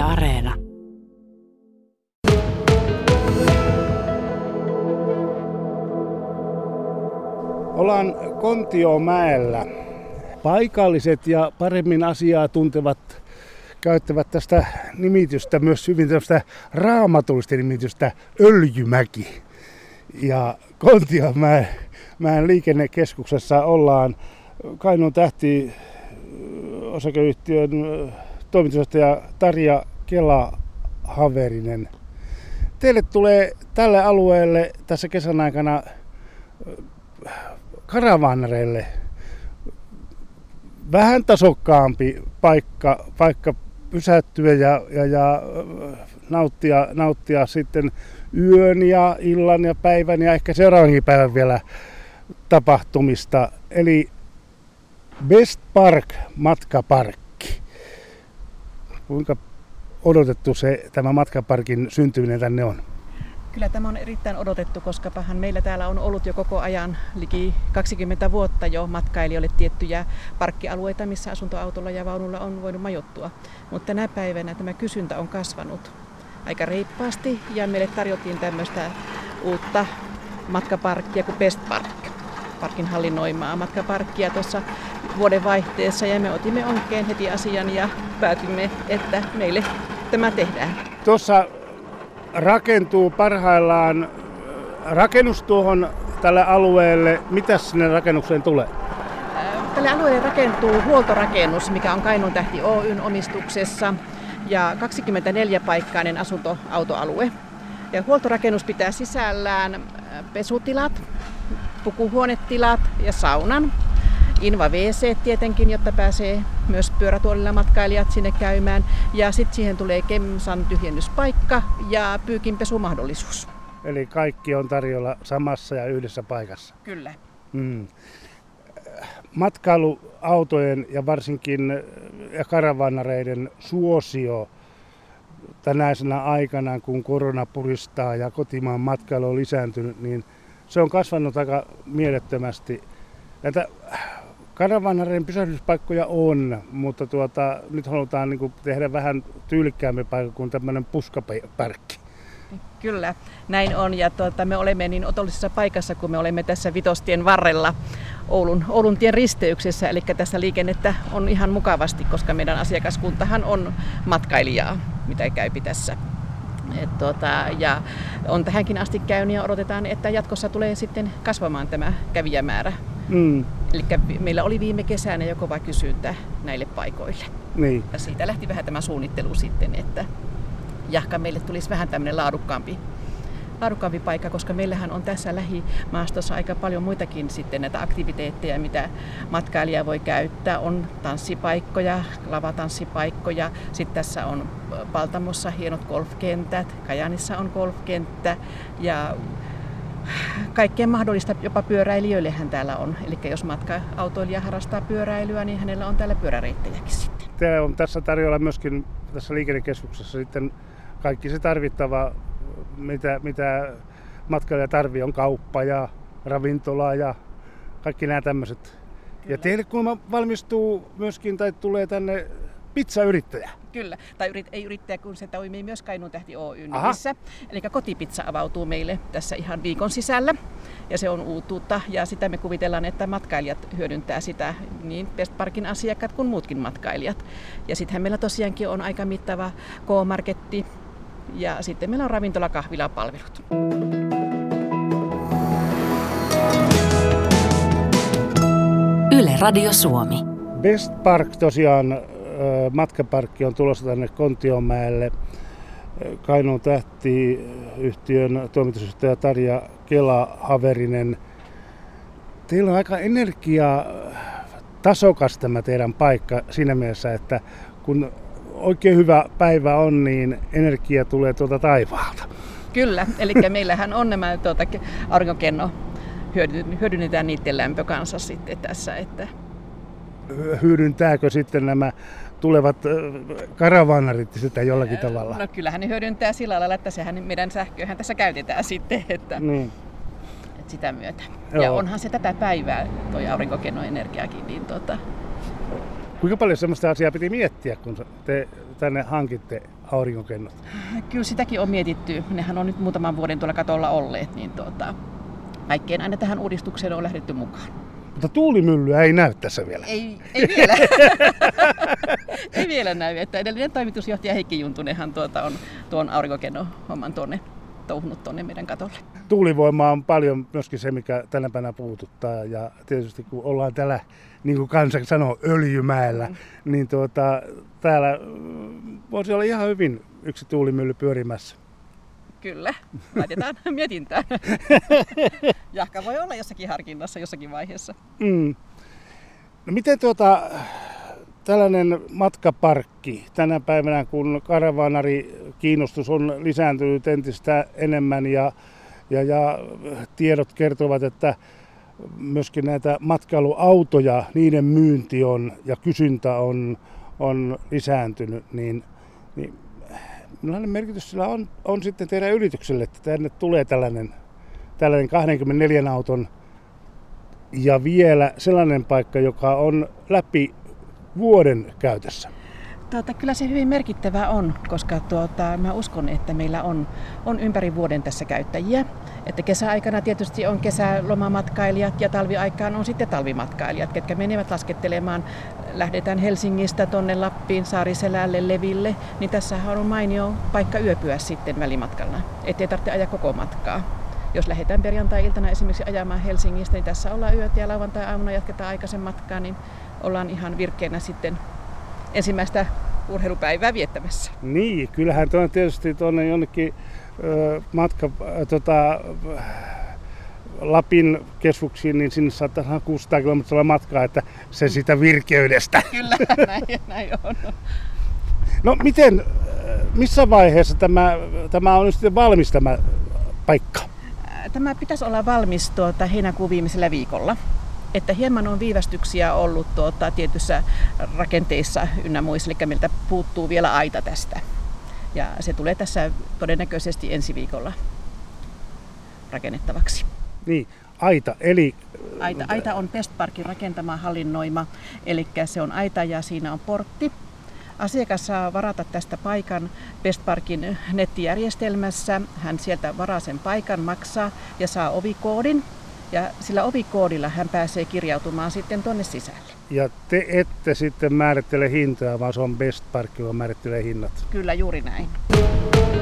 Areena. Ollaan Kontiomäellä. Paikalliset ja paremmin asiaa tuntevat käyttävät tästä nimitystä myös hyvin tämmöistä raamatullista nimitystä Öljymäki. Ja Kontiomäen liikennekeskuksessa ollaan Kainuun Tähti osakeyhtiön toimitusjohtaja Tarja Kela-Haverinen. Teille tulee tälle alueelle tässä kesän aikana karavaanareille vähän tasokkaampi paikka pysähtyä ja nauttia sitten yön ja illan ja päivän ja ehkä seuraavankin päivän vielä tapahtumista. Eli Best Park matkaparkki. Kuinka odotettu tämä matkaparkin syntyminen tänne on? Kyllä tämä on erittäin odotettu, koska meillä täällä on ollut jo koko ajan liki 20 vuotta jo matkailijoille tiettyjä parkkialueita, missä asuntoautolla ja vaunulla on voinut majoittua. Mutta tänä päivänä tämä kysyntä on kasvanut aika reippaasti ja meille tarjottiin tämmöistä uutta matkaparkkia kuin Best Park. Parkin hallinnoimaa matkaparkkia tuossa vuodenvaihteessa ja me otimme onkeen heti asian ja päätimme, että meille tämä tehdään. Tuossa rakentuu parhaillaan rakennus tuohon tälle alueelle. Mitäs sinne rakennukseen tulee? Tälle alueelle rakentuu huoltorakennus, mikä on Kainuun Tähti Oyn omistuksessa ja 24-paikkainen asuntoautoalue. Ja huoltorakennus pitää sisällään pesutilat, pukuhuonetilat ja saunan. Inva WC tietenkin, jotta pääsee myös pyörätuolilla matkailijat sinne käymään. Ja sitten siihen tulee Kemsan tyhjennyspaikka ja pyykinpesumahdollisuus. Eli kaikki on tarjolla samassa ja yhdessä paikassa. Kyllä. Matkailuautojen ja varsinkin karavaanareiden suosio tänäisenä aikana, kun korona puristaa ja kotimaan matkailu on lisääntynyt, niin se on kasvanut aika mielettömästi. Näitä karavaanareiden pysähdyspaikkoja on, mutta nyt halutaan tehdä vähän tyylikkäämpi paikka kuin tämmöinen puskaparkki. Kyllä, näin on. Ja me olemme niin otollisessa paikassa, kun me olemme tässä Vitostien varrella Oulun tien risteyksessä. Eli tässä liikennettä on ihan mukavasti, koska meidän asiakaskuntahan on matkailijaa, mitä käypi tässä. Ja on tähänkin asti käynyt ja odotetaan, että jatkossa tulee sitten kasvamaan tämä kävijämäärä. Eli meillä oli viime kesänä jo kova kysyntä näille paikoille. Niin. Ja siitä lähti vähän tämä suunnittelu sitten, että jahka meille tulisi vähän tämmöinen laadukkaampi paikka, koska meillähän on tässä lähimaastossa aika paljon muitakin sitten näitä aktiviteetteja, mitä matkailija voi käyttää. On tanssipaikkoja, lavatanssipaikkoja, sitten tässä on Paltamossa hienot golfkentät, Kajaanissa on golfkenttä ja kaikkea mahdollista, jopa pyöräilijöillehän täällä on. Eli jos matka-autoilija harrastaa pyöräilyä, niin hänellä on täällä pyöräreittejäkin sitten. Teillä on tässä tarjolla myöskin tässä liikennekeskuksessa sitten kaikki se tarvittava, mitä matkailija tarvitsee, on kauppa ja ravintola ja kaikki nämä tämmöiset. Kyllä. Ja teille kun valmistuu myöskin tai tulee tänne pizzayrittäjä. Kyllä, tai ei yrittäjä, kun se toimii myös Kainuun Tähti Oyn nimissä. Eli kotipizza avautuu meille tässä ihan viikon sisällä. Ja se on uutuutta ja sitä me kuvitellaan, että matkailijat hyödyntää sitä, niin Best Parkin asiakkaat kuin muutkin matkailijat. Ja sittenhän meillä tosiaankin on aika mittava K-marketti ja sitten meillä on ravintola, kahvila, palvelut. Yle Radio Suomi. Best Park tosiaan matkaparkki on tulossa tänne Kontiomäelle. Kainuun Tähti-yhtiön toimitusjohtaja Tarja Kela-Haverinen. Teillä on aika energiatasokas tämä teidän paikka siinä mielessä, että kun oikein hyvä päivä on, niin energia tulee tuolta taivaalta. Kyllä, eli meillähän on nämä aurinkokenno, hyödynnetään niiden lämpö kanssa sitten tässä. Että hyödyntääkö sitten nämä tulevat karavaanarit sitä jollakin tavalla? No kyllähän ne hyödyntää sillä lailla, että sehän meidän sähköähän tässä käytetään sitten, että sitä myötä. Joo. Ja onhan se tätä päivää, tuo aurinkokennoenergiakin. Niin Kuinka paljon sellaista asiaa piti miettiä, kun te tänne hankitte aurinkokennot? Kyllä sitäkin on mietitty. Nehän on nyt muutaman vuoden tuolla katolla olleet, niin kaikkeen aina tähän uudistukseen on lähdetty mukaan. Mutta tuulimyllyä ei näy tässä vielä. Ei vielä. Ei vielä näy. Että edellinen toimitusjohtaja Heikki Juntunenhan on tuon aurinkokenno-homman touhunut tuonne meidän katolle. Tuulivoima on paljon myöskin se, mikä tänä päivänä puhututtaa. Ja tietysti kun ollaan täällä, niin kuin kansa sanoo, öljymäellä, niin täällä voisi olla ihan hyvin yksi tuulimylly pyörimässä. Kyllä, laitetaan mietintään. Jahka voi olla jossakin harkinnassa jossakin vaiheessa. No miten tällainen matkaparkki tänä päivänä, kun karavaanari-kiinnostus on lisääntynyt entistä enemmän ja tiedot kertovat, että myöskin näitä matkailuautoja, niiden myynti ja kysyntä on lisääntynyt, niin millainen merkitys sillä on sitten teidän yritykselle, että tänne tulee tällainen 24 auton ja vielä sellainen paikka, joka on läpi vuoden käytössä? Kyllä se hyvin merkittävää on, koska mä uskon, että meillä on ympäri vuoden tässä käyttäjiä. Että kesäaikana tietysti on kesälomamatkailijat ja talviaikaan on sitten talvimatkailijat, ketkä menevät laskettelemaan. Lähdetään Helsingistä tuonne Lappiin, Saariselälle, Leville, niin tässähän on mainio paikka yöpyä sitten välimatkalla, ettei tarvitse ajaa koko matkaa. Jos lähdetään perjantai-iltana esimerkiksi ajamaan Helsingistä, niin tässä ollaan yöt ja lauantai-aamuna jatketaan aikaisen matkaa, niin ollaan ihan virkeänä sitten ensimmäistä urheilupäivää viettämässä. Niin, kyllähän tietysti tuonne jonnekin Lapin keskuksiin, niin sinne saattaa 600 kilometriä matkaa, että se sitä virkeydestä. Kyllä, näin on. No missä vaiheessa tämä on sitten valmis tämä paikka? Tämä pitäisi olla valmis heinäkuun viimeisellä viikolla. Että hieman on viivästyksiä ollut tietyissä rakenteissa ynnä muissa, eli meiltä puuttuu vielä aita tästä. Ja se tulee tässä todennäköisesti ensi viikolla rakennettavaksi. Niin, aita, eli... Aita on Pestparkin rakentama, hallinnoima, eli se on aita ja siinä on portti. Asiakas saa varata tästä paikan Pestparkin nettijärjestelmässä. Hän sieltä varaa sen paikan, maksaa ja saa ovikoodin. Ja sillä ovikoodilla hän pääsee kirjautumaan sitten tuonne sisälle. Ja te ette sitten määrittele hintaa, vaan se on Pestpark, joka määrittelee hinnat. Kyllä, juuri näin.